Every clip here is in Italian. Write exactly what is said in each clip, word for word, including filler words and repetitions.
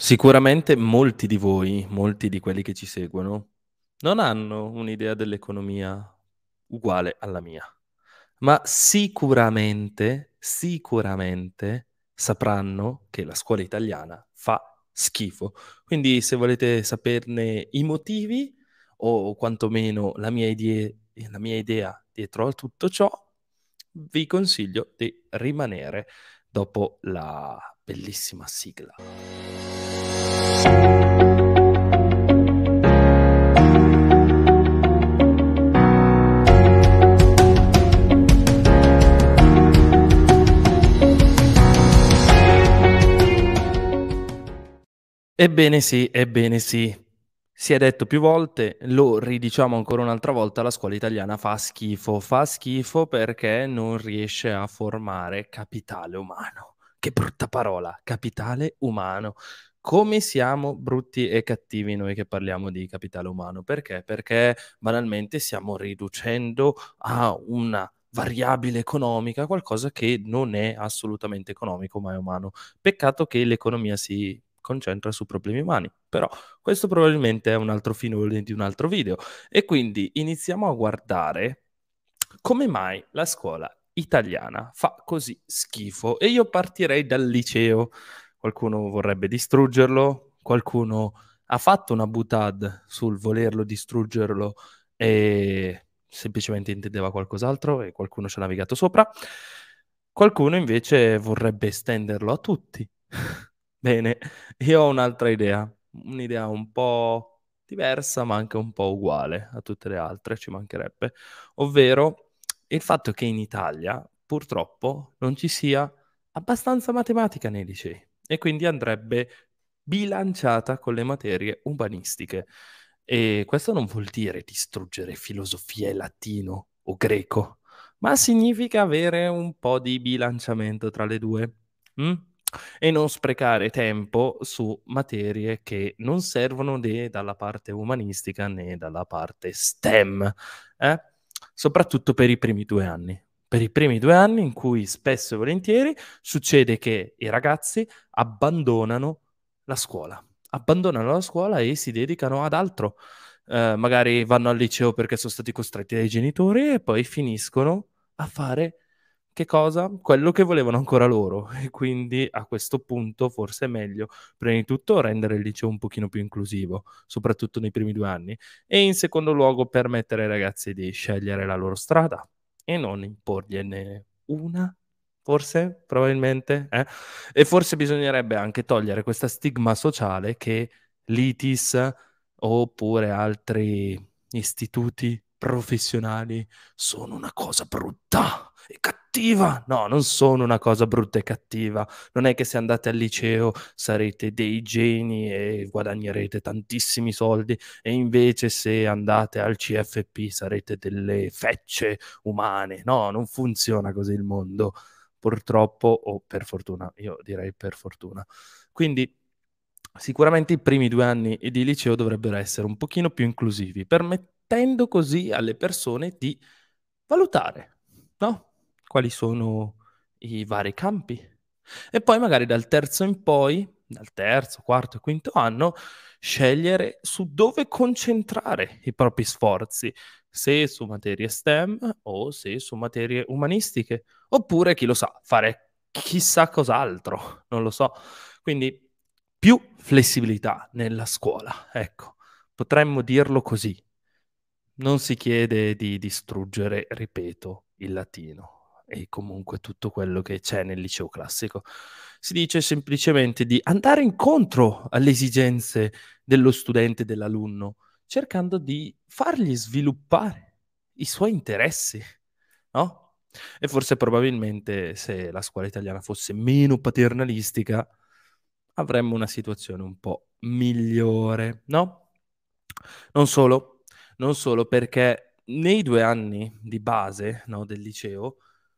Sicuramente molti di voi, molti di quelli che ci seguono, non hanno un'idea dell'economia uguale alla mia, ma sicuramente, sicuramente sapranno che la scuola italiana fa schifo. Quindi se volete saperne i motivi o quantomeno la mia idee la mia idea dietro a tutto ciò, vi consiglio di rimanere dopo la bellissima sigla. Ebbene sì, ebbene sì. Si è detto più volte, lo ridiciamo ancora un'altra volta, la scuola italiana fa schifo. Fa schifo perché non riesce a formare capitale umano. Che brutta parola, capitale umano. Come siamo brutti e cattivi noi che parliamo di capitale umano? Perché? Perché banalmente stiamo riducendo a una variabile economica qualcosa che non è assolutamente economico, ma è umano. Peccato che l'economia si concentra su problemi umani, però questo probabilmente è un altro filone di un altro video. E quindi iniziamo a guardare come mai la scuola italiana fa così schifo. E io partirei dal liceo. Qualcuno vorrebbe distruggerlo, qualcuno ha fatto una boutade sul volerlo distruggerlo e semplicemente intendeva qualcos'altro e qualcuno ci ha navigato sopra. Qualcuno invece vorrebbe estenderlo a tutti. Bene, io ho un'altra idea, un'idea un po' diversa, ma anche un po' uguale a tutte le altre, ci mancherebbe, ovvero il fatto che in Italia purtroppo non ci sia abbastanza matematica nei licei e quindi andrebbe bilanciata con le materie umanistiche. E questo non vuol dire distruggere filosofia e latino o greco, ma significa avere un po' di bilanciamento tra le due. Mm? E non sprecare tempo su materie che non servono né dalla parte umanistica né dalla parte STEM, eh? Soprattutto per i primi due anni. Per i primi due anni in cui spesso e volentieri succede che i ragazzi abbandonano la scuola, abbandonano la scuola e si dedicano ad altro. Eh, magari vanno al liceo perché sono stati costretti dai genitori e poi finiscono a fare che cosa? Quello che volevano ancora loro. E quindi a questo punto forse è meglio, prima di tutto, rendere il liceo un pochino più inclusivo, soprattutto nei primi due anni, e in secondo luogo permettere ai ragazzi di scegliere la loro strada e non imporgliene una, forse, probabilmente, eh? E forse bisognerebbe anche togliere questa stigma sociale che l'I T I S oppure altri istituti professionali sono una cosa brutta e cattiva. No, non sono una cosa brutta e cattiva. Non è che se andate al liceo sarete dei geni e guadagnerete tantissimi soldi e invece se andate al C F P sarete delle fecce umane. No, non funziona così il mondo. Purtroppo o per fortuna, io direi per fortuna. Quindi sicuramente i primi due anni di liceo dovrebbero essere un pochino più inclusivi, permettendo così alle persone di valutare, no? Quali sono i vari campi. E poi magari dal terzo in poi, dal terzo, quarto e quinto anno, scegliere su dove concentrare i propri sforzi, se su materie STEM o se su materie umanistiche, oppure chi lo sa, fare chissà cos'altro, non lo so. Quindi più flessibilità nella scuola, ecco, potremmo dirlo così. Non si chiede di distruggere, ripeto, il latino e comunque tutto quello che c'è nel liceo classico. Si dice semplicemente di andare incontro alle esigenze dello studente e dell'alunno, cercando di fargli sviluppare i suoi interessi, no? E forse probabilmente se la scuola italiana fosse meno paternalistica, avremmo una situazione un po' migliore, no? Non solo, non solo perché nei due anni di base, no, del liceo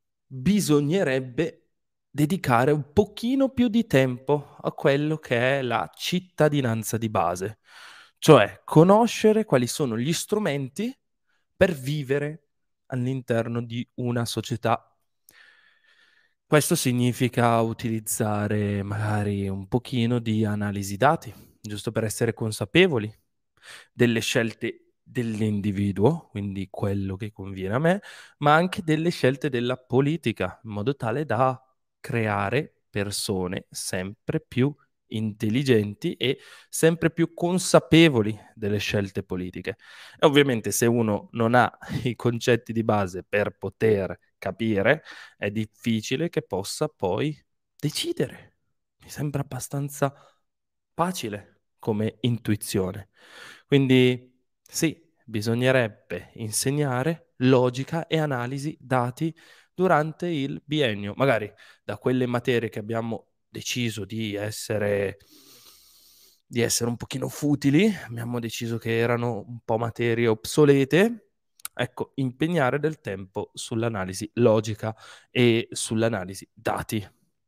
bisognerebbe dedicare un pochino più di tempo a quello che è la cittadinanza di base, cioè conoscere quali sono gli strumenti per vivere all'interno di una società. Questo significa utilizzare magari un pochino di analisi dati, giusto per essere consapevoli delle scelte dell'individuo, quindi quello che conviene a me, ma anche delle scelte della politica, in modo tale da creare persone sempre più intelligenti e sempre più consapevoli delle scelte politiche. E ovviamente se uno non ha i concetti di base per poter capire, è difficile che possa poi decidere. Mi sembra abbastanza facile come intuizione. Quindi sì, bisognerebbe insegnare logica e analisi dati durante il biennio, magari da quelle materie che abbiamo deciso di essere di essere un pochino futili, abbiamo deciso che erano un po' materie obsolete, ecco, impegnare del tempo sull'analisi logica e sull'analisi dati.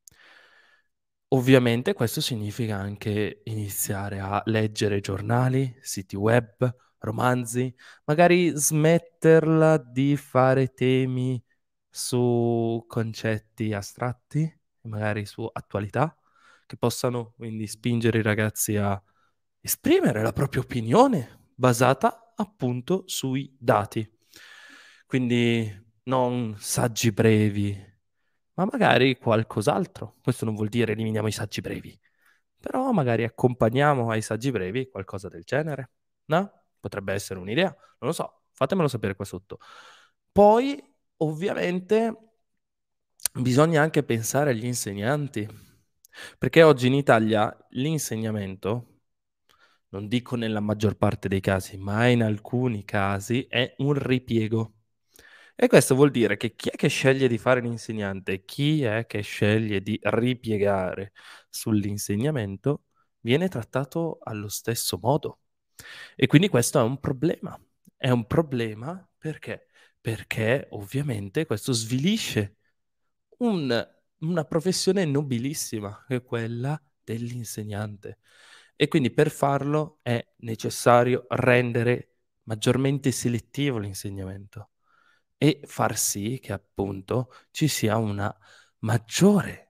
Ovviamente questo significa anche iniziare a leggere giornali, siti web, romanzi, magari smetterla di fare temi su concetti astratti, magari su attualità, che possano quindi spingere i ragazzi a esprimere la propria opinione basata appunto sui dati. Quindi non saggi brevi, ma magari qualcos'altro. Questo non vuol dire eliminiamo i saggi brevi, però magari accompagniamo ai saggi brevi qualcosa del genere, no? Potrebbe essere un'idea, non lo so, fatemelo sapere qua sotto. Poi, ovviamente, bisogna anche pensare agli insegnanti, perché oggi in Italia l'insegnamento, non dico nella maggior parte dei casi, ma in alcuni casi, è un ripiego. E questo vuol dire che chi è che sceglie di fare l'insegnante, chi è che sceglie di ripiegare sull'insegnamento, viene trattato allo stesso modo. E quindi questo è un problema. È un problema perché? Perché ovviamente questo svilisce un- una professione nobilissima, che è quella dell'insegnante. E quindi per farlo è necessario rendere maggiormente selettivo l'insegnamento e far sì che appunto ci sia una maggiore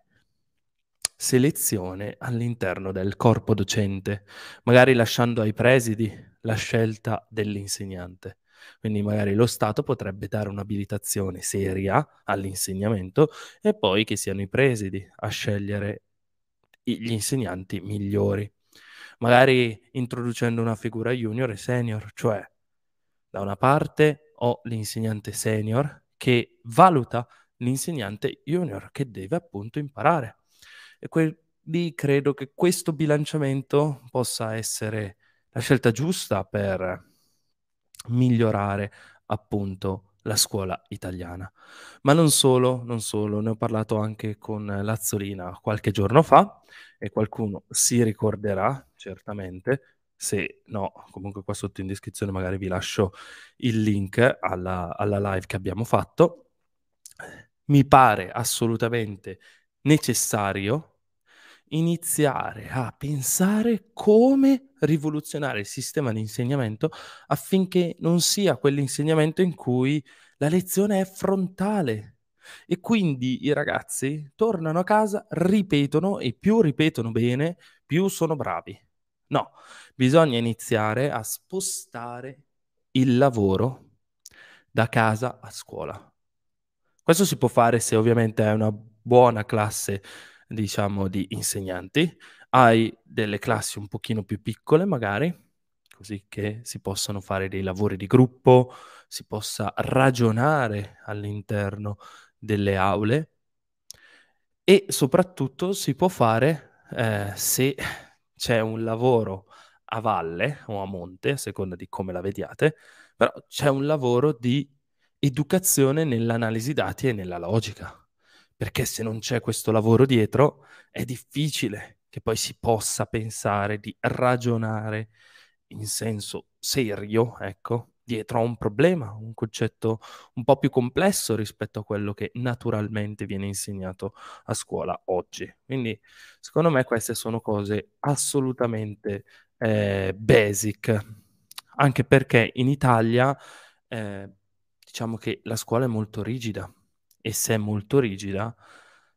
selezione all'interno del corpo docente, magari lasciando ai presidi la scelta dell'insegnante. Quindi magari lo Stato potrebbe dare un'abilitazione seria all'insegnamento e poi che siano i presidi a scegliere i- gli insegnanti migliori. Magari introducendo una figura junior e senior, cioè da una parte ho l'insegnante senior che valuta l'insegnante junior che deve appunto imparare. E quindi credo che questo bilanciamento possa essere la scelta giusta per migliorare appunto la scuola italiana. Ma non solo, non solo, ne ho parlato anche con Lazzolina qualche giorno fa e qualcuno si ricorderà certamente, se no comunque qua sotto in descrizione magari vi lascio il link alla, alla live che abbiamo fatto. Mi pare assolutamente necessario iniziare a pensare come rivoluzionare il sistema di insegnamento affinché non sia quell'insegnamento in cui la lezione è frontale e quindi i ragazzi tornano a casa, ripetono e più ripetono bene, più sono bravi. No, bisogna iniziare a spostare il lavoro da casa a scuola. Questo si può fare se ovviamente hai una buona classe, diciamo, di insegnanti, hai delle classi un pochino più piccole magari, così che si possano fare dei lavori di gruppo, si possa ragionare all'interno delle aule e soprattutto si può fare, ehm, se c'è un lavoro a valle o a monte, a seconda di come la vediate, però c'è un lavoro di educazione nell'analisi dati e nella logica. Perché se non c'è questo lavoro dietro, è difficile che poi si possa pensare di ragionare in senso serio, ecco, dietro a un problema, un concetto un po' più complesso rispetto a quello che naturalmente viene insegnato a scuola oggi. Quindi secondo me queste sono cose assolutamente, ehm, basic, anche perché in Italia, ehm, diciamo che la scuola è molto rigida e se è molto rigida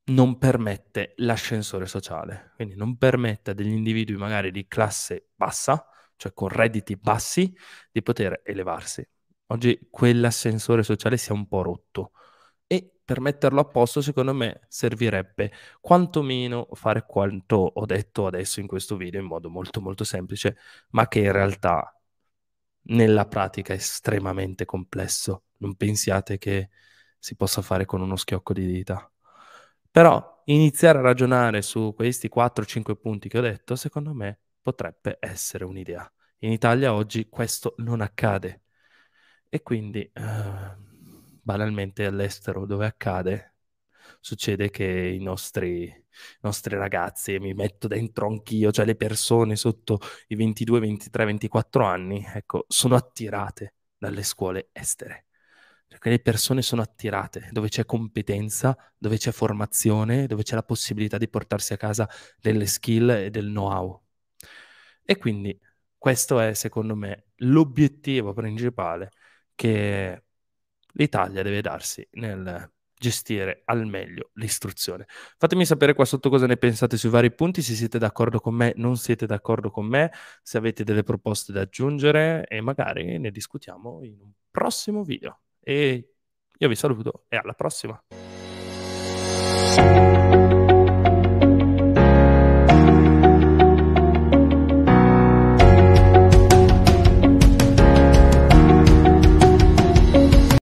non permette l'ascensore sociale, quindi non permette a degli individui magari di classe bassa, cioè con redditi bassi, di poter elevarsi. Oggi quell'ascensore sociale si è un po' rotto e per metterlo a posto, secondo me, servirebbe quantomeno fare quanto ho detto adesso in questo video in modo molto molto semplice, ma che in realtà nella pratica è estremamente complesso. Non pensiate che si possa fare con uno schiocco di dita. Però iniziare a ragionare su questi quattro cinque punti che ho detto, secondo me potrebbe essere un'idea. In Italia oggi questo non accade e quindi eh, banalmente all'estero dove accade succede che i nostri, i nostri ragazzi, e mi metto dentro anch'io, cioè le persone sotto i ventidue, ventitré, ventiquattro anni, ecco, sono attirate dalle scuole estere. Perché le persone sono attirate dove c'è competenza, dove c'è formazione, dove c'è la possibilità di portarsi a casa delle skill e del know-how. E quindi questo è, secondo me, l'obiettivo principale che l'Italia deve darsi nel gestire al meglio l'istruzione. Fatemi sapere qua sotto cosa ne pensate sui vari punti, se siete d'accordo con me, non siete d'accordo con me, se avete delle proposte da aggiungere e magari ne discutiamo in un prossimo video. E io vi saluto e alla prossima.